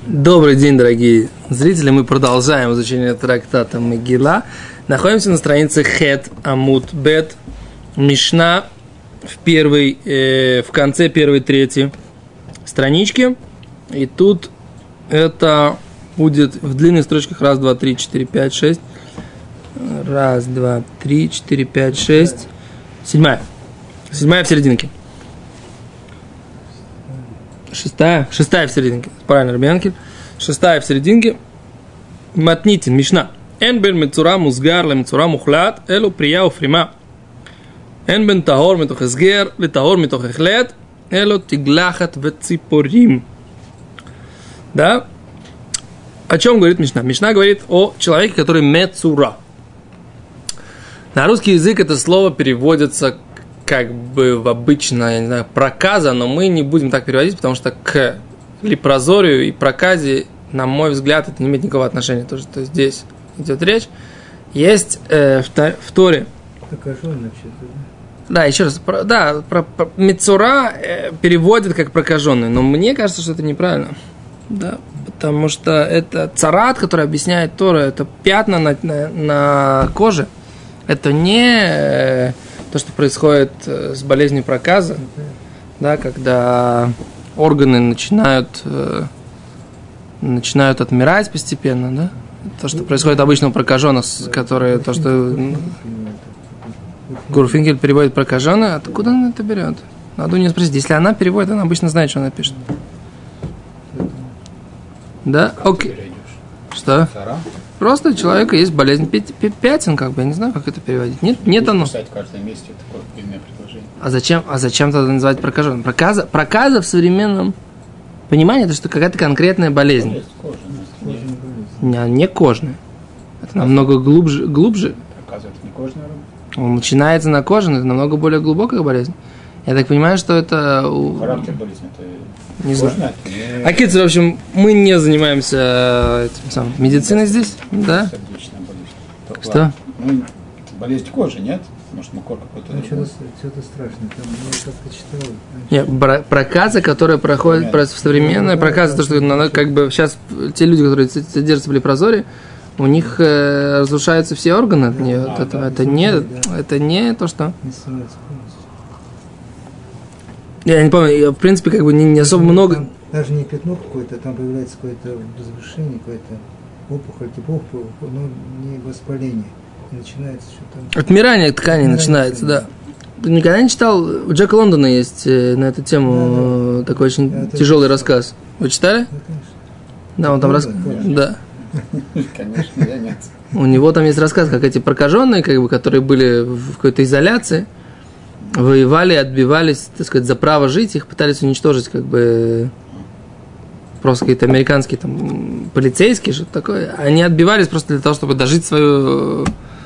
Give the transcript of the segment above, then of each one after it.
Добрый день, дорогие зрители. Мы продолжаем изучение трактата Мегила. Находимся на странице Хет Амуд Бет. Мишна в конце первой трети странички. И тут это будет в длинных строчках 1, 2, 3, 4, 5, 6. 1, 2, 3, 4, 5, 6. Седьмая в серединке. Шестая в серединке. Правильно, Рабианкель. Шестая в серединке. Матнитин, Мишна. Эн бен мецура музгар ле мецура мухлат, элу прия уфрима. Эн бен тахор митох эсгер, ле тахор митох эхлет, элу тиглахат веципорим. Да? О чем говорит Мишна? Мишна говорит о человеке, который мецура. На русский язык это слово переводится как бы в обычно, я не знаю, проказа, но мы не будем так переводить, потому что к лепрозорию и проказе, на мой взгляд, это не имеет никакого отношения. То, что здесь идет речь. Есть в Торе. Прокаженный вообще-то, да? Да, еще раз. Мецура переводит как прокаженный, но мне кажется, что это неправильно. Да, потому что это царат, который объясняет Тора, это пятна на коже. Это не то, что происходит с болезнью проказа, да, когда органы начинают отмирать постепенно, да? То, что происходит обычно у прокаженных, которые, то, что Гурфинкель переводит прокаженные, откуда она это берет? Надо у нее спросить. Если она переводит, она обычно знает, что она пишет. Да? Окей. Что? Просто у человека есть болезнь пятен, как бы, я не знаю, как это переводить. Нет оно. Писать в каждом месте такое длинное предложение. А зачем тогда называть прокаженным? Проказа в современном понимании, это что какая-то конкретная болезнь. Не кожная. Это намного глубже. Проказа это не кожная рана? Он начинается на коже, но это намного более глубокая болезнь. Я так понимаю, что это... Характер болезни это... Не знаю. Акицер, в общем, мы не занимаемся медициной здесь, да? Сердечная болезнь. Что? Ну, болезнь кожи, нет? Может, мукор какой-то... Что-то страшное. Там я как-то читал. Нет, проказа, которая проходит в современной проказа, то, что надо, как бы сейчас те люди, которые содержатся в лепрозоре, у них разрушаются все органы от нее. Это не то, что... Я не помню, в принципе, как бы не особо много... Там даже не пятно какое-то, там появляется какое-то возвышение, какая-то опухоль, типа опухоль, но не воспаление. И начинается что-то... Отмирание тканей начинается, да. Ты никогда не читал? У Джека Лондона есть на эту тему такой очень тяжелый рассказ. Вы читали? Да, конечно. Да, он там рассказывает. Да. Конечно, я нет. У него там есть рассказ, как эти прокаженные, как бы, которые были в какой-то изоляции, воевали, отбивались, так сказать, за право жить, их пытались уничтожить, как бы, просто какие-то американские там полицейские, что-то такое. Они отбивались просто для того, чтобы дожить свою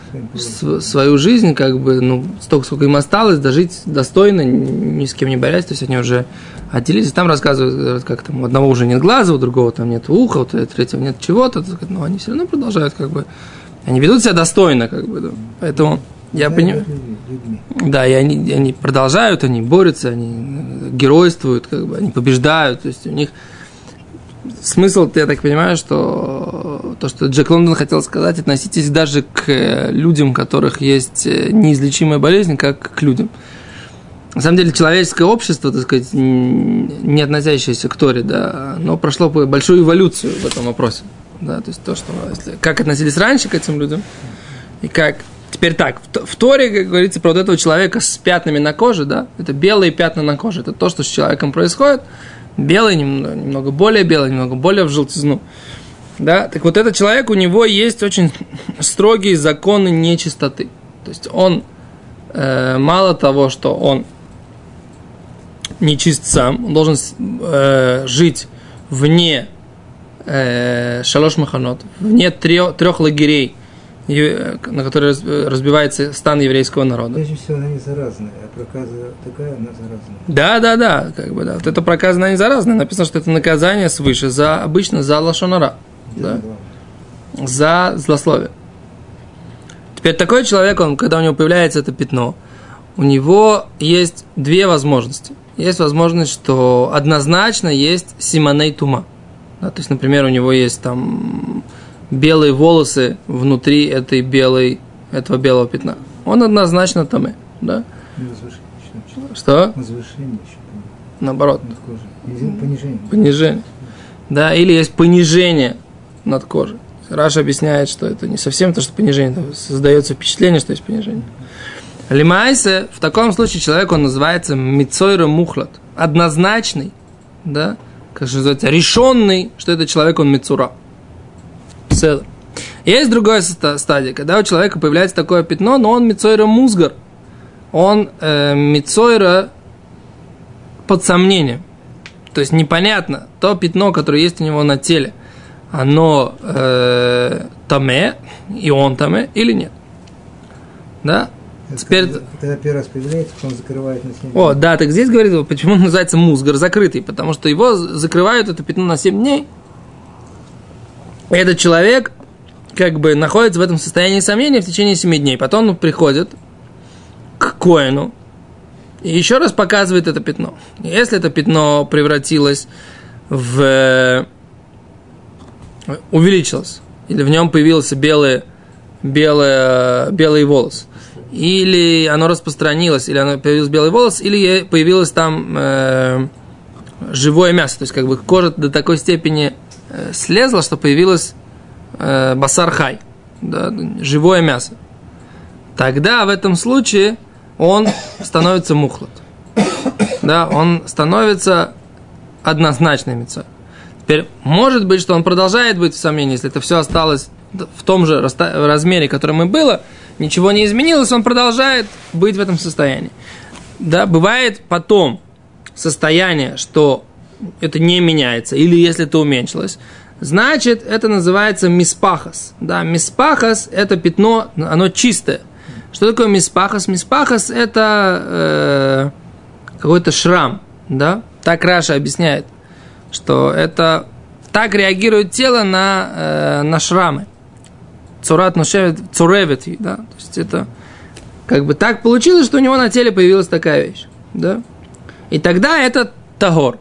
жизнь, как бы, ну, столько, сколько им осталось, дожить достойно, ни с кем не борясь, то есть они уже отделились, там рассказывают, как там у одного уже нет глаза, у другого там нет уха, у третьего нет чего-то, но они все равно продолжают, как бы, они ведут себя достойно, как бы, да. Поэтому я понимаю. Да, и они продолжают, они борются, они геройствуют, как бы, они побеждают. То есть у них смысл, я так понимаю, что то, что Джек Лондон хотел сказать, относитесь даже к людям, у которых есть неизлечимая болезнь, как к людям. На самом деле человеческое общество, так сказать, не относящееся к Торе, да, оно прошло большую эволюцию в этом вопросе. Да, то есть то, что как относились раньше к этим людям, и как... Теперь так, в Торе, как говорится, про вот этого человека с пятнами на коже, да, это белые пятна на коже, это то, что с человеком происходит, белый, немного более в желтизну, да, так вот этот человек, у него есть очень строгие законы нечистоты, то есть он, мало того, что он нечист сам, он должен жить вне шалош маханот, вне трех лагерей, на которой разбивается стан еврейского народа. Прежде всего, она не заразная, а проказа такая, она заразная. Да, как бы, да. Вот эта проказа, она не заразная. Написано, что это наказание свыше, обычно за лашон ара, да? За злословие. Теперь такой человек, когда у него появляется это пятно, у него есть две возможности. Есть возможность, что однозначно есть симоней тума. Да, то есть, например, у него есть там белые волосы внутри этого белого пятна. Он однозначно тамэ, да? Что? Возвышение еще. Наоборот. Над кожей. Понижение. Понижение. Да, или есть понижение над кожей. Раша объясняет, что это не совсем то, что понижение, создается впечатление, что есть понижение. Лимайсе, в таком случае человек, он называется мицойра мухлат, однозначный, да, как же называется, решенный, что этот человек, он мицура. Есть другая стадия, когда у человека появляется такое пятно, но он мицойра музгар, он мицойра под сомнением. То есть непонятно, то пятно, которое есть у него на теле, оно таме, и он таме, или нет. Да? Теперь... Когда первый раз появляется, он закрывает на 7 дней. О, да, так здесь говорит, почему он называется музгар, закрытый, потому что его закрывают, это пятно, на 7 дней. И этот человек как бы находится в этом состоянии сомнения в течение 7 дней. Потом он приходит к коэну и еще раз показывает это пятно. И если это пятно превратилось увеличилось, или в нем появился белый волос, или оно распространилось, или оно появился белый волос, или появилось там живое мясо, то есть как бы кожа до такой степени слезла, что появилось басар хай, да, живое мясо. Тогда в этом случае он становится мухлат. Да, он становится однозначной мицой. Теперь, может быть, что он продолжает быть в сомнении, если это все осталось в том же размере, которым и было, ничего не изменилось, он продолжает быть в этом состоянии. Да, бывает потом состояние, что это не меняется, или если это уменьшилось, значит, это называется миспахас. Да, миспахас – это пятно, оно чистое. Что такое миспахас? Миспахас – это какой-то шрам, да? Так Раша объясняет, что это так реагирует тело на шрамы. Цурат ношевет, цуревет, да? То есть это как бы так получилось, что у него на теле появилась такая вещь, да? И тогда это тагор.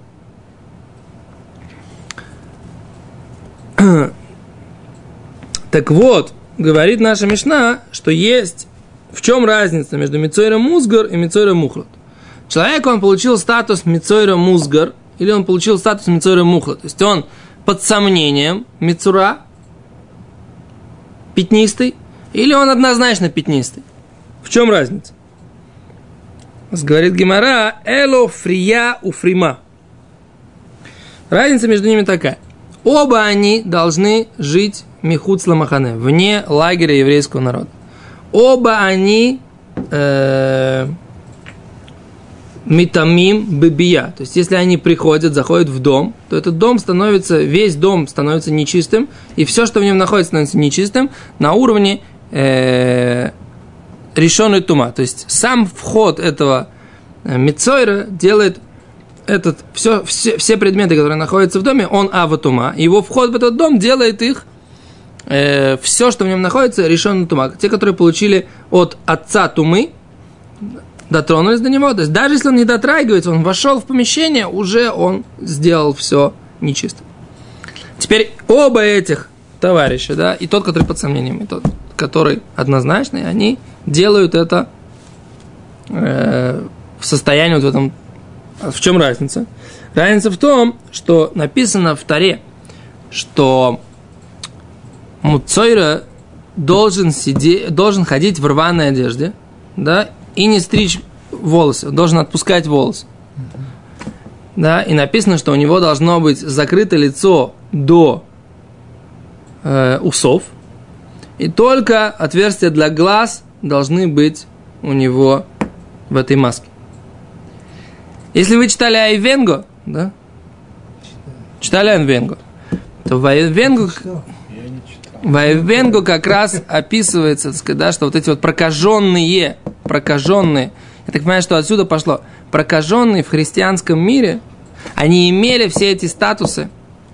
Так вот, говорит наша Мишна, что есть... В чем разница между мицойра музгар и мицойра мухлат? Человек, он получил статус мицойра музгар, или он получил статус мицойра мухлат. То есть он под сомнением мицура, пятнистый, или он однозначно пятнистый. В чем разница? Говорит Гемара, эло фрия уфрима. Разница между ними такая. Оба они должны жить михуц ламахане, вне лагеря еврейского народа. Оба они митамим бебия. То есть, если они приходят, заходят в дом, то этот дом становится, весь дом становится нечистым, и все, что в нем находится, становится нечистым на уровне решенной тума. То есть, сам вход этого мицойра делает все предметы, которые находятся в доме, он аватума. Его вход в этот дом делает их все, что в нем находится, решенный тума. Те, которые получили от отца тумы, дотронулись до него. То есть даже если он не дотрагивается, он вошел в помещение, уже он сделал все нечисто. Теперь оба этих товарища, да, и тот, который под сомнением, и тот, который однозначный, они делают это в состоянии вот в этом. В чем разница? Разница в том, что написано в Торе, что муцойра должен ходить в рваной одежде, да, и не стричь волосы, он должен отпускать волосы. Да, и написано, что у него должно быть закрыто лицо до усов, и только отверстия для глаз должны быть у него в этой маске. Если вы читали Айвенго, да? Читали Айвенго, то в Айвенго как раз описывается, да, что вот эти вот прокаженные, я так понимаю, что отсюда пошло, прокаженные в христианском мире, они имели все эти статусы,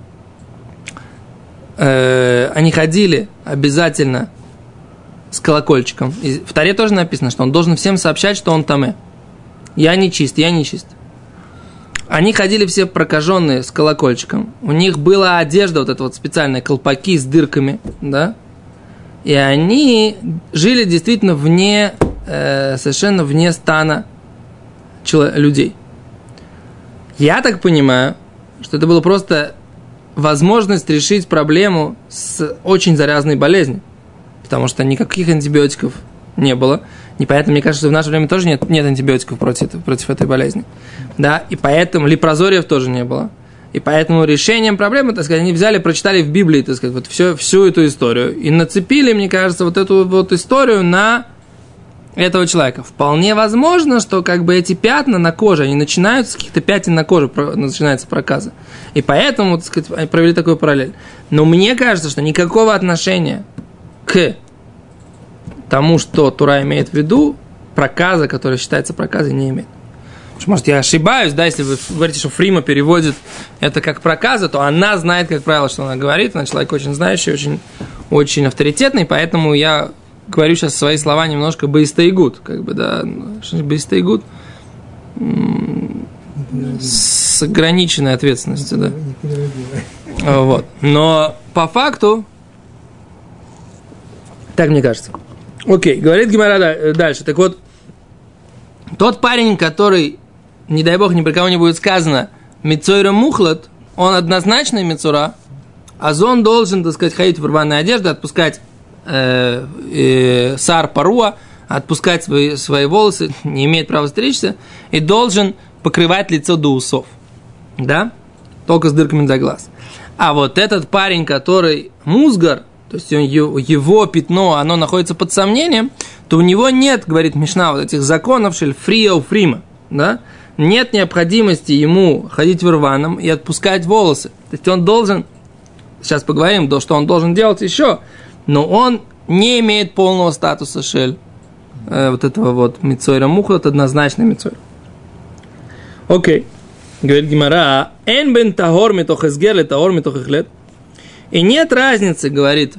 они ходили обязательно с колокольчиком. И в Торе тоже написано, что он должен всем сообщать, что он тамэ. Я не чист. Они ходили все прокаженные с колокольчиком. У них была одежда, вот эта вот специальная, колпаки с дырками, да. И они жили действительно вне, совершенно вне стана людей. Я так понимаю, что это было просто возможность решить проблему с очень заразной болезнью. Потому что никаких антибиотиков не было. Непонятно, мне кажется, что в наше время тоже нет антибиотиков против этой болезни. Да, и поэтому лепрозориев тоже не было. И поэтому решением проблемы, так сказать, они взяли, прочитали в Библии, так сказать, вот всю эту историю. И нацепили, мне кажется, вот эту вот историю на этого человека. Вполне возможно, что как бы эти пятна на коже, они начинаются с каких-то пятен на коже, начинается проказа. И поэтому, так сказать, они провели такую параллель. Но мне кажется, что никакого отношения к тому, что Тура имеет в виду, проказа, которая считается проказой, не имеет. Может, я ошибаюсь, да, если вы говорите, что Фрима переводит это как проказа, то она знает, как правило, что она говорит, она человек очень знающий, очень, очень авторитетный, поэтому я говорю сейчас свои слова немножко бейстаигут, как бы, да, что значит бейстаигут? С ограниченной ответственностью, да. Вот. Но по факту, так мне кажется. Окей, говорит Гемара дальше. Так вот, тот парень, который, не дай бог, ни при кого не будет сказано, мицойра мухлад, он однозначный мицура, а зон должен, так сказать, ходить в рваной одежде, отпускать сар паруа, отпускать свои волосы, не имеет права стричься, и должен покрывать лицо до усов. Да? Только с дырками для глаз. А вот этот парень, который музгар, то есть его пятно, оно находится под сомнением, то у него нет, говорит Мишна, вот этих законов шельфрия у фрима, да? Нет необходимости ему ходить в рваном и отпускать волосы. То есть он должен, сейчас поговорим, что он должен делать еще, но он не имеет полного статуса шель, вот этого вот мицойра мухлат, однозначно мицойра. Окей. Говорит Гемара, эн бен тагор митох эсгер ле тагор митох эхлет. И нет разницы, говорит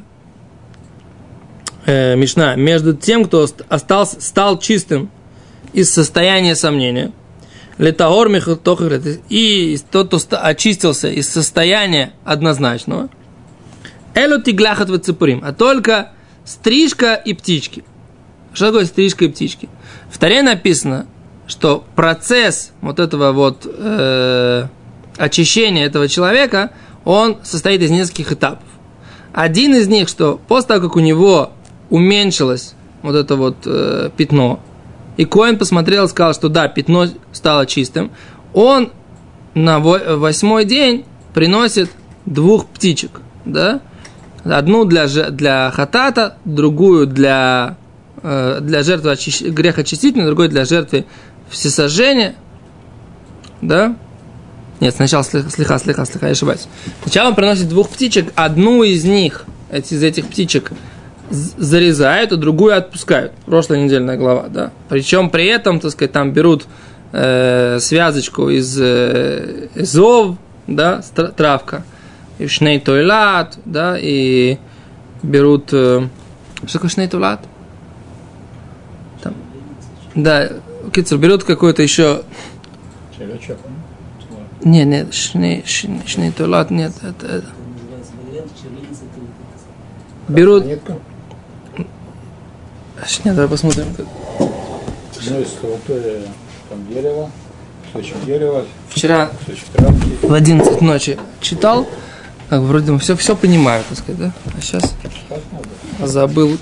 Мишна, между тем, кто стал чистым из состояния сомнения, летагор митох эхлет, и тот, кто очистился из состояния однозначного, элу тигляхат вецепурим, а только стрижка и птички. Что такое стрижка и птички? В Торе написано, что процесс вот этого вот очищения этого человека, он состоит из нескольких этапов. Один из них, что после того, как у него уменьшилось вот это вот пятно, и Коэн посмотрел и сказал, что да, пятно стало чистым, он на 8-й день приносит 2 птичек, да? Одну для хатата, другую для жертвы грехочистительной, другой для жертвы всесожжения, да? Нет, сначала слегка, я ошибаюсь. Сначала он приносит 2 птичек, одну из них, из этих птичек, зарезают, а другую отпускают. Прошлая недельная глава, да. Причем при этом, так сказать, там берут связочку из зов, да, травка, и шней тойлат, да, и берут... Что такое шней тойлат? Там, да, кицер, берут какой-то еще... Червячок. Нет, шней тойлат, нет, это... Берут... Нет, давай посмотрим. Ну, из золотое там дерево, кусочек дерева. Вчера в 11 ночи читал, так, вроде все понимаю, так сказать, да? А сейчас забыл.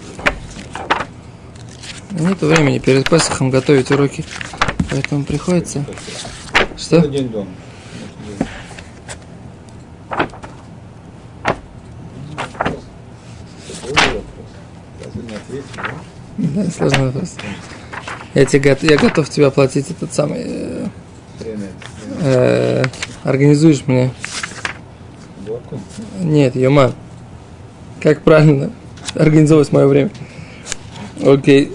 Нет времени перед Песахом готовить уроки, поэтому приходится... Что? День дома. Да, сложный вопрос. Я готов тебе оплатить этот самый... организуешь мне? Нет, Йоман. Как правильно организовывать мое время? Окей.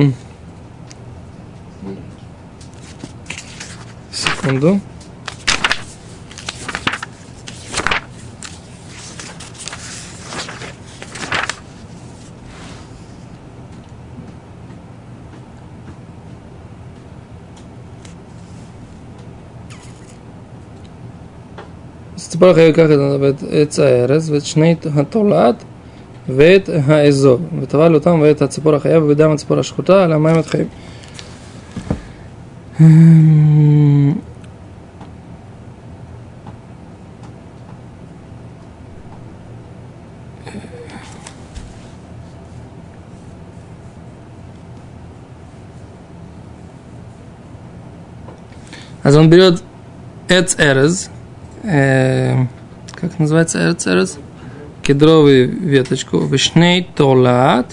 Секунду. ציפור החייב ככה, ואת עץ הארז, ואת שני התולעת, ואת האזוב, וטבל אותם, ואת הציפור החייב, ודם הציפור השחוטה, על המים התחיים. אז он берет эц эрез, как называется эц эрез? Кедровую веточку, вишней толат.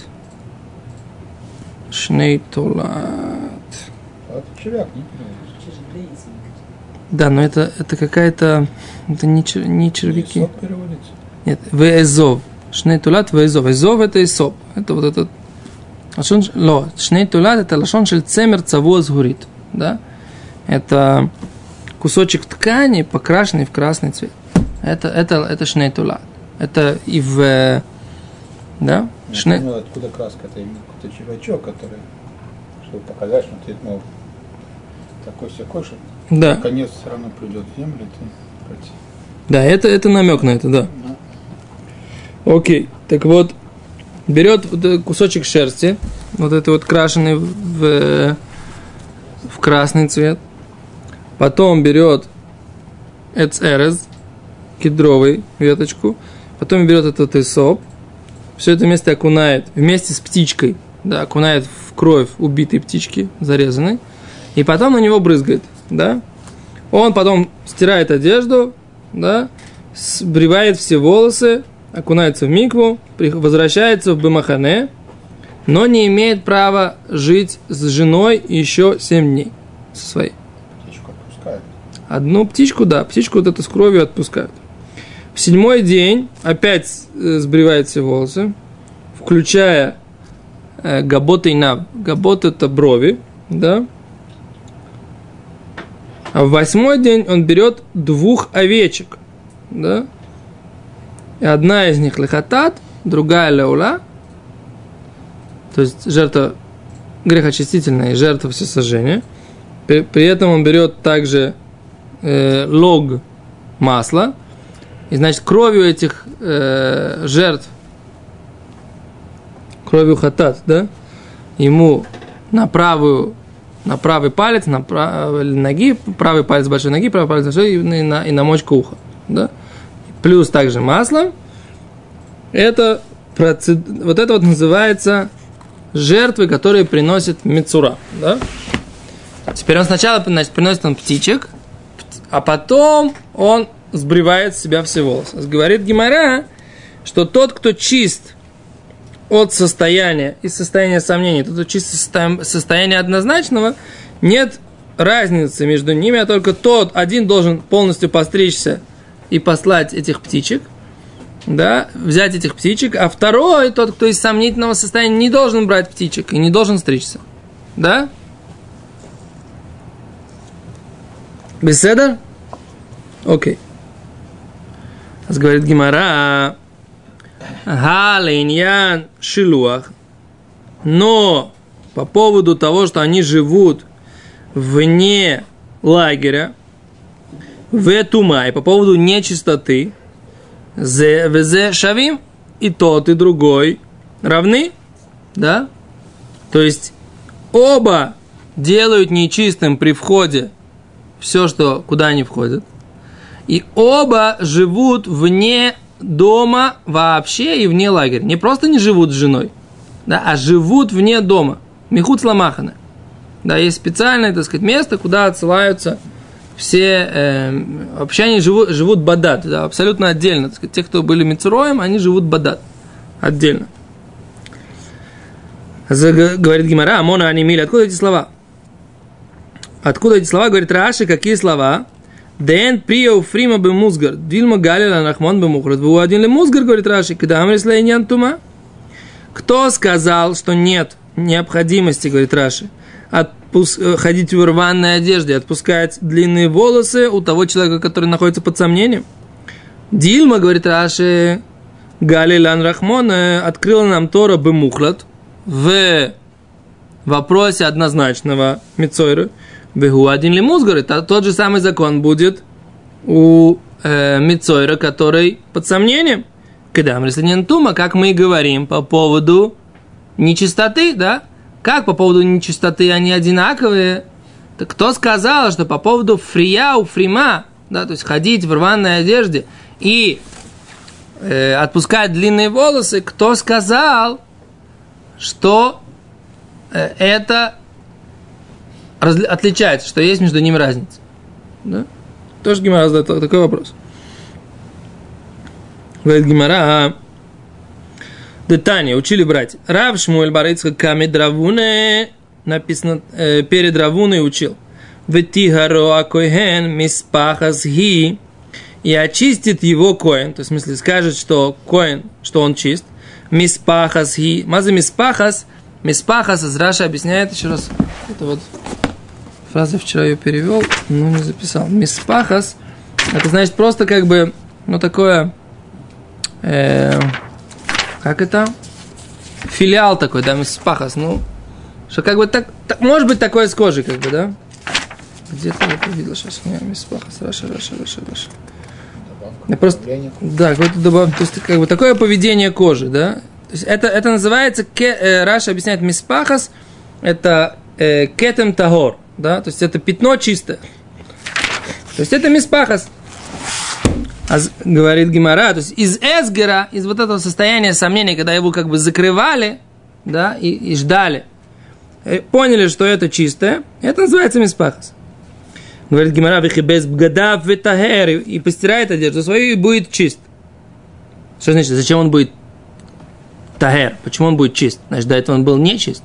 Шней толат. Это червяк, не? Да, но это какая-то, это не червяки. Сок переводится. Нет, веэзов. Шней толат веэзов. Эзов это исоп. Это вот этот. Ло, шней толат это лашон шель цемер цавуа сгурит. Да? Это кусочек ткани, покрашенный в красный цвет. Это шней толат. Это и в... Да? Я понял, откуда краска. Это именно какой-то червячок, который... Чтобы показать, что ты, ну, такой-сякой, что да. Наконец все равно придет в землю, ты... Да, это намек на это, да. Окей, так вот, берет кусочек шерсти, вот это вот крашеный в красный цвет, потом берет эц эрез, кедровый веточку, потом берет этот исоп, все это вместе окунает, вместе с птичкой, да, окунает в кровь убитой птички, зарезанной, и потом на него брызгает, да. Он потом стирает одежду, да, сбривает все волосы, окунается в микву, возвращается в Бемахане, но не имеет права жить с женой еще 7 дней со своей. Птичку отпускают. Одну птичку, да, птичку вот эту с кровью отпускают. В 7-й день опять сбривает все волосы, включая габот и нав. Габот это брови, да. А в 8-й день он берет 2 овечек, да. И одна из них лехатат, другая леула, то есть жертва грехочистительная и жертва всесожжения. При этом он берет также лог масла, и значит кровью этих жертв, кровью хатат, да, ему на правый палец, на правой ноги, правый палец большой ноги, правый палец большой и на мочку уха, да. Плюс также масло. Это вот это вот называется жертвы, которые приносит мицура, да. Теперь он сначала, значит, приносит он птичек, а потом он сбривает с себя все волосы. Говорит Гемара, что тот, кто чист от состояния и состояния сомнений, тот, кто чист состояния однозначного, нет разницы между ними, а только один должен полностью постричься и послать этих птичек, да, взять этих птичек, а второй, тот, кто из сомнительного состояния, не должен брать птичек и не должен стричься, да? Беседа? Окей. Говорит Гемара, галиньян шилуах, но по поводу того, что они живут вне лагеря, в тумай, по поводу нечистоты, зе шавим, и тот, и другой равны, да? То есть оба делают нечистым при входе все, что куда они входят, и оба живут вне дома вообще и вне лагеря. Не просто не живут с женой, да, а живут вне дома. Михуц ламахана. Да, есть специальное, так сказать, место, куда отсылаются все, вообще они живут бадат, да, абсолютно отдельно. Так сказать, те, кто были мицуроем, они живут бадат, отдельно. Говорит Гемара, Амона анимили. Откуда эти слова? Откуда эти слова? Говорит Раши, какие слова? Дэн прио фрима бы музгар, дильма галила нахмон бы мухрат. Вы один ли музгар, говорит Раши, когда амрислейнян тума? Кто сказал, что нет необходимости, говорит Раши, ходить в рваной одежде, отпускать длинные волосы у того человека, который находится под сомнением? Дильма, говорит Раши, галилан рахмон, открыла нам Тора бы мухлат в вопросе однозначного мицойра. Бегу один ли музгар, тот же самый закон будет у Мицойра, который под сомнением. Когда мы тума, как мы и говорим по поводу нечистоты, да? Как по поводу нечистоты они одинаковые? Так кто сказал, что по поводу фрия у фрима, да, то есть ходить в рваной одежде и отпускать длинные волосы, кто сказал, что это отличается, что есть между ними разница? Да? Тоже Гемара задает такой вопрос. Говорит Гемара, Детания, учили братья. Рав Шмуэль бар Ицхак камид Равуне, написано, перед Равуной учил. Ветигаро акоэн миспахас ги, и очистит его коэн, то есть в смысле скажет, что коэн, что он чист. Миспахас ги, маза миспахас, миспахас, из Раши объясняет еще раз, это вот фраза, вчера ее перевел, но не записал. Миспахас, это значит просто как бы, ну такое, как это? Филиал такой, да, миспахас, ну, что как бы так может быть такое с кожей, как бы, да? Где-то я видел сейчас, не, миспахас, Раша. Я просто, да, какой-то добавка, то есть как бы такое поведение кожи, да? То есть это называется, Раша объясняет, миспахас, это кетем тагор, да, то есть это пятно чистое. То есть это миспахас. Говорит Гемара, то есть из эсгера, из вот этого состояния сомнения, когда его как бы закрывали, да, и ждали, поняли, что это чистое, это называется миспахас. Говорит Гемара, вихибез бгадав ветахер, и постирает одежду свою и будет чист. Что значит, зачем он будет тахер? Почему он будет чист? Значит, до этого он был нечист.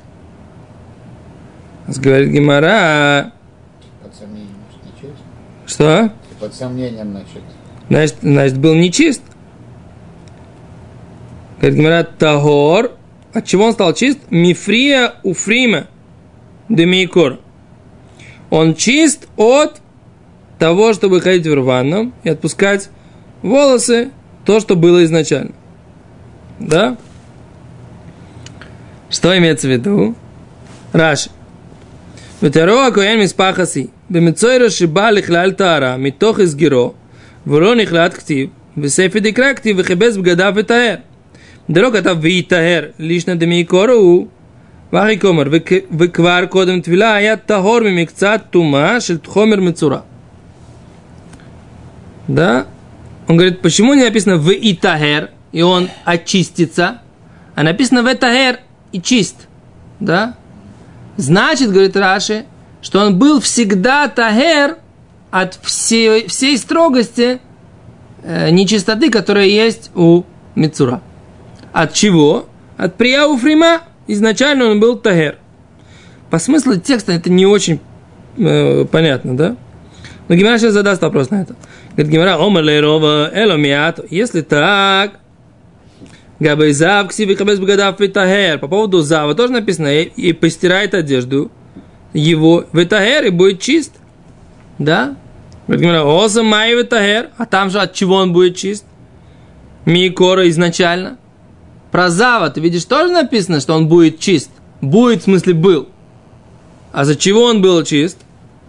Говорит Гемара. Под сомнением, не чист. Что? Под сомнением, значит. Значит, был нечист. Говорит Гемара, тагор. От чего он стал чист? Мифрия уфрима демейкор. Он чист от того, чтобы ходить в рваном и отпускать волосы, то, что было изначально. Да? Что имеется в виду? Раши. Ветароа коэн миспахаси. Бемицойра шиба лихлаль таара. Митох из геро. ולא נחלט כתיב, בספר דקרא כתיב וכיבס בגדיו וטהר. דלא כתב ויטהר, לישנא דמעיקורו הוא, ואחי כומר, וכבר קודם טבילה היה טהור ממקצת טומאה של חומר מצורע. Да? Он говорит, почему не написано «витахер», и он очистится, а написано «ветахер» и чист. Да? Значит, говорит Раши, что он был всегда тахер от всей строгости нечистоты, которая есть у Мицура. От чего? От прияу фрима. Изначально он был тахер. По смыслу текста это не очень понятно, да? Но Гемара сейчас задаст вопрос на это. Говорит Гемара, омер лейрова эломиат. Если так, габай зав ксиви хабес бгадав витахер. По поводу зава тоже написано, и постирает одежду его витахер, и будет чист. Да? А там же от чего он будет чист? Микора изначально. Про Зава, ты видишь, тоже написано, что он будет чист. Будет, в смысле, был. А за чего он был чист?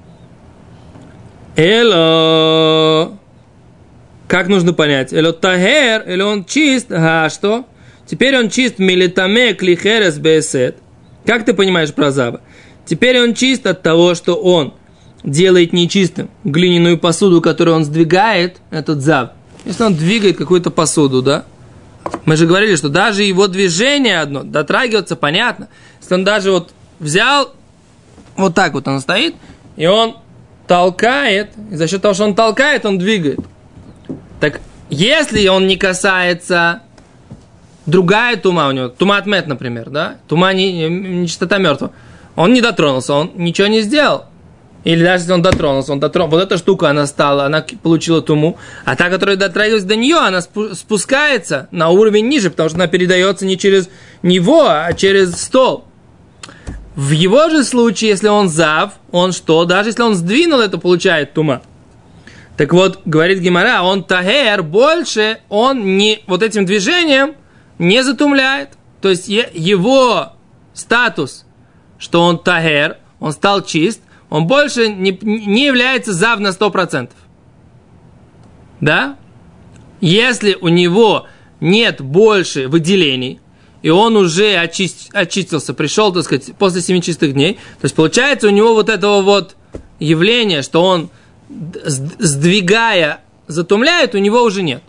Эло. Как нужно понять? Эло тахер, или он чист? А что? Теперь он чист милитаме клихерес бесет. Как ты понимаешь про Зава? Теперь он чист от того, что он делает нечистым глиняную посуду, которую он сдвигает, этот зав. Если он двигает какую-то посуду, да? Мы же говорили, что даже его движение одно, дотрагиваться, понятно. Если он даже вот взял, вот так вот он стоит, и он толкает, и за счет того, что он толкает, он двигает. Так, если он не касается другая тума у него, тума отмет, например, да? Тума нечистота мертвого. Он не дотронулся, он ничего не сделал. Или даже если он дотронулся, вот эта штука, она получила туму, а та, которая дотрагивается до нее, она спускается на уровень ниже, потому что она передается не через него, а через стол. В его же случае, если он зав, он что? Даже если он сдвинул, это получает тума. Так вот, говорит Гемара, он тахер, больше он не, вот этим движением не затумляет. То есть его статус, что он тахер, он стал чист, он больше не является зав на 100%. да, если у него нет больше выделений, и он уже очистился, пришел, так сказать, после 7 чистых дней, то есть получается у него вот этого вот явления, что он, сдвигая, затумляет, у него уже нет.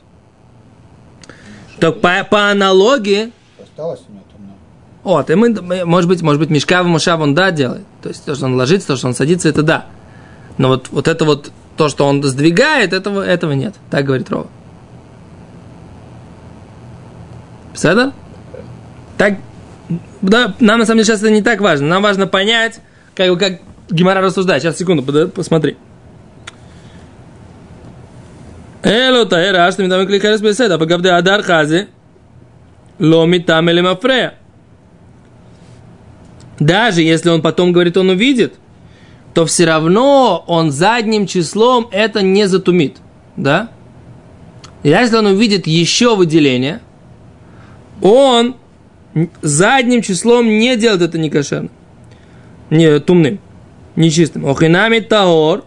Так по аналогии... Осталось у него темно. Вот, и мы, может быть, мишкав и мушав он да делает. То есть то, что он ложится, то, что он садится, это да. Но вот это вот, то, что он сдвигает, этого нет. Так говорит Рова. Понятно? Так, да, нам на самом деле сейчас это не так важно. Нам важно понять, как Гемара рассуждает. Сейчас, секунду, посмотри. Эло таэра, аштами там кликарис беседа, погавде адар хази, ломи там или мафрея. Даже если он потом говорит, он увидит, то все равно он задним числом это не затумит. Да? И если он увидит еще выделение, он задним числом не делает это некошерным, не тумным, нечистым. Охинами таор.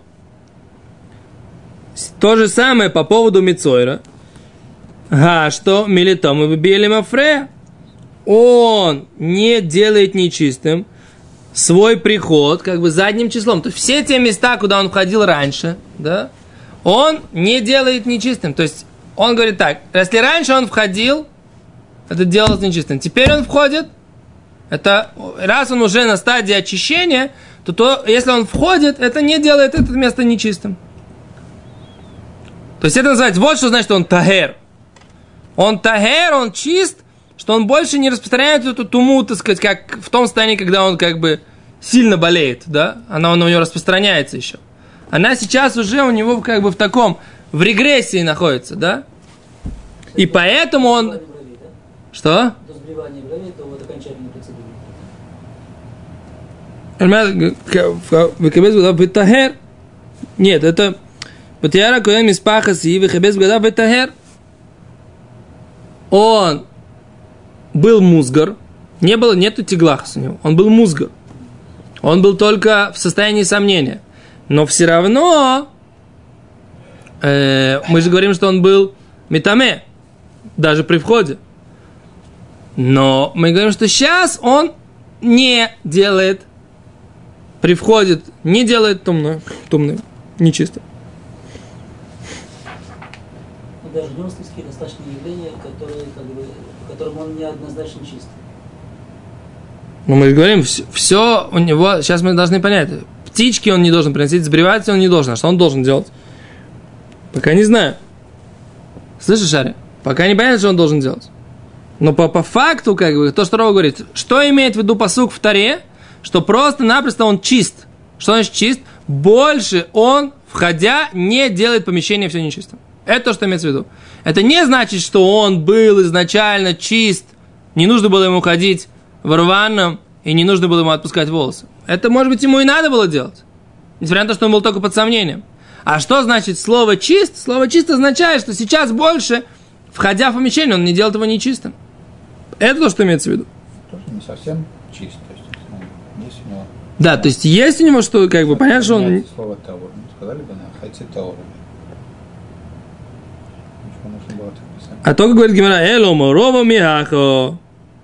То же самое по поводу Мицойра. Что милитом и выбили мафрея. Он не делает нечистым свой приход, как бы задним числом. То есть все те места, куда он входил раньше, да, он не делает нечистым. То есть он говорит так: если раньше он входил, это делалось нечистым. Теперь он входит, это раз он уже на стадии очищения, то если он входит, это не делает это место нечистым. То есть это называется, вот что значит он тагер. Он тагер, он чист, что он больше не распространяет эту туму, так сказать, как в том состоянии, когда он как бы сильно болеет, да? Она у него распространяется еще. Она сейчас уже у него как бы в регрессии находится, да? И поэтому он... Брови, да? Что? До сбривания бровей, то вот окончательная процедура. Нет, это... Патиара коэн миспахас и вихебез бгада бетахер. Он был музгар, нету тиглахас у него, он был музгар. Он был только в состоянии сомнения. Но все равно, мы же говорим, что он был метаме, даже при входе. Но мы говорим, что сейчас он не делает, при входе не делает тумным, нечистым. Даже в нем есть достаточно явления, которые, как бы, по которым он неоднозначно чист. Ну, мы же говорим, все у него, сейчас мы должны понять, птички он не должен приносить, сбривать он не должен, а что он должен делать? Пока не знаю. Слышишь, Ари? Пока не понятно, что он должен делать. Но по факту, как бы, то, что Рова говорит, что имеет в виду пасук в Торе, что просто-напросто он чист. Что значит чист? Больше он, входя, не делает помещение все нечистым. Это то, что имеется в виду. Это не значит, что он был изначально чист, не нужно было ему ходить в рваном, и не нужно было ему отпускать волосы. Это, может быть, ему и надо было делать. Несмотря на то, что он был только под сомнением. А что значит слово «чист»? Слово «чист» означает, что сейчас больше, входя в помещение, он не делает его нечистым. Это то, что имеется в виду. Тоже не совсем чист. То есть, есть у него... Да, то есть есть у него, что, как бы, понятно, что он... Слово «таур». Сказали бы на «хайци таур». А только говорит Гемара, эломо, рова миахо.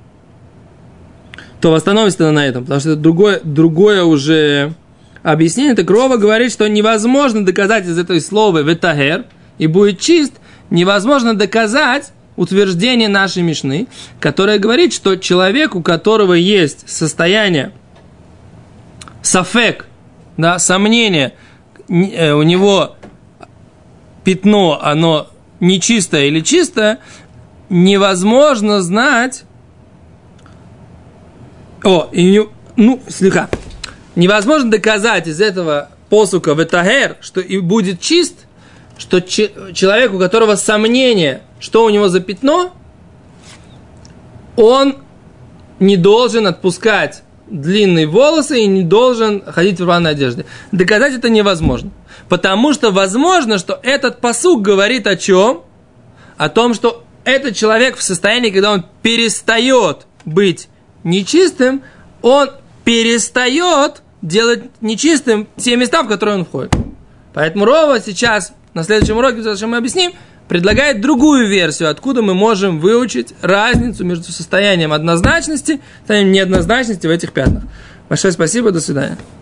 То восстановится на этом, потому что это другое уже объяснение. Так Рова говорит, что невозможно доказать из этого слова ветагер, и будет чист, невозможно доказать утверждение нашей Мишны, которое говорит, что человек, у которого есть состояние сафек, да, сомнение, у него пятно, оно нечистое или чистое, невозможно знать... Невозможно доказать из этого посука ветагер, что и будет чист, что человек, у которого сомнение, что у него за пятно, он не должен отпускать длинные волосы и не должен ходить в рваной одежде. Доказать это невозможно. Потому что возможно, что этот пасук говорит о чем? О том, что этот человек в состоянии, когда он перестает быть нечистым, он перестает делать нечистым те места, в которые он входит. Поэтому Рова сейчас на следующем уроке, зачем мы объясним, предлагает другую версию, откуда мы можем выучить разницу между состоянием однозначности и состоянием неоднозначности в этих пятнах. Большое спасибо, до свидания.